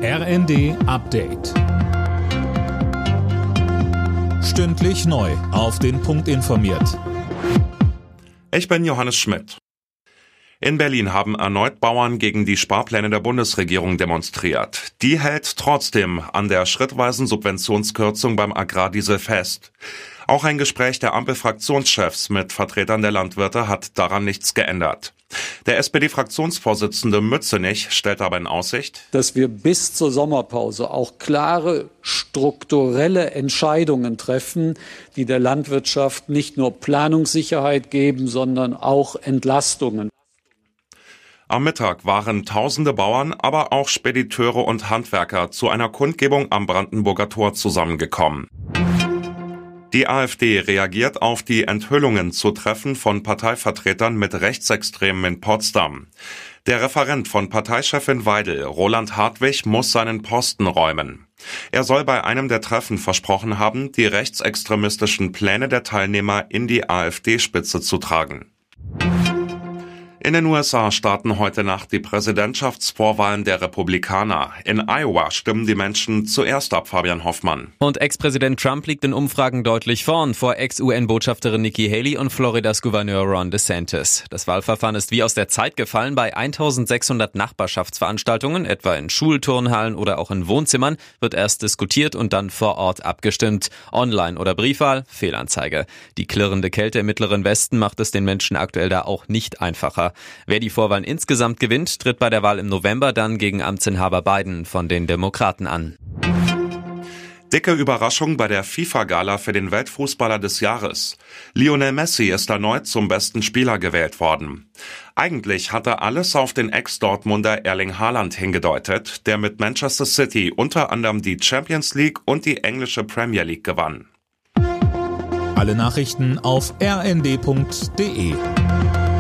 RND Update. Stündlich neu auf den Punkt informiert. Ich bin Johannes Schmidt. In Berlin haben erneut Bauern gegen die Sparpläne der Bundesregierung demonstriert. Die hält trotzdem an der schrittweisen Subventionskürzung beim Agrardiesel fest. Auch ein Gespräch der Ampel-Fraktionschefs mit Vertretern der Landwirte hat daran nichts geändert. Der SPD-Fraktionsvorsitzende Mützenich stellt aber in Aussicht, dass wir bis zur Sommerpause auch klare strukturelle Entscheidungen treffen, die der Landwirtschaft nicht nur Planungssicherheit geben, sondern auch Entlastungen. Am Mittag waren tausende Bauern, aber auch Spediteure und Handwerker zu einer Kundgebung am Brandenburger Tor zusammengekommen. Die AfD reagiert auf die Enthüllungen zu Treffen von Parteivertretern mit Rechtsextremen in Potsdam. Der Referent von Parteichefin Weidel, Roland Hartwig, muss seinen Posten räumen. Er soll bei einem der Treffen versprochen haben, die rechtsextremistischen Pläne der Teilnehmer in die AfD-Spitze zu tragen. In den USA starten heute Nacht die Präsidentschaftsvorwahlen der Republikaner. In Iowa stimmen die Menschen zuerst ab, Fabian Hoffmann. Und Ex-Präsident Trump liegt in Umfragen deutlich vorn vor Ex-UN-Botschafterin Nikki Haley und Floridas Gouverneur Ron DeSantis. Das Wahlverfahren ist wie aus der Zeit gefallen. Bei 1600 Nachbarschaftsveranstaltungen, etwa in Schulturnhallen oder auch in Wohnzimmern, wird erst diskutiert und dann vor Ort abgestimmt. Online- oder Briefwahl, Fehlanzeige. Die klirrende Kälte im Mittleren Westen macht es den Menschen aktuell da auch nicht einfacher. Wer die Vorwahlen insgesamt gewinnt, tritt bei der Wahl im November dann gegen Amtsinhaber Biden von den Demokraten an. Dicke Überraschung bei der FIFA-Gala für den Weltfußballer des Jahres. Lionel Messi ist erneut zum besten Spieler gewählt worden. Eigentlich hatte alles auf den Ex-Dortmunder Erling Haaland hingedeutet, der mit Manchester City unter anderem die Champions League und die englische Premier League gewann. Alle Nachrichten auf rnd.de.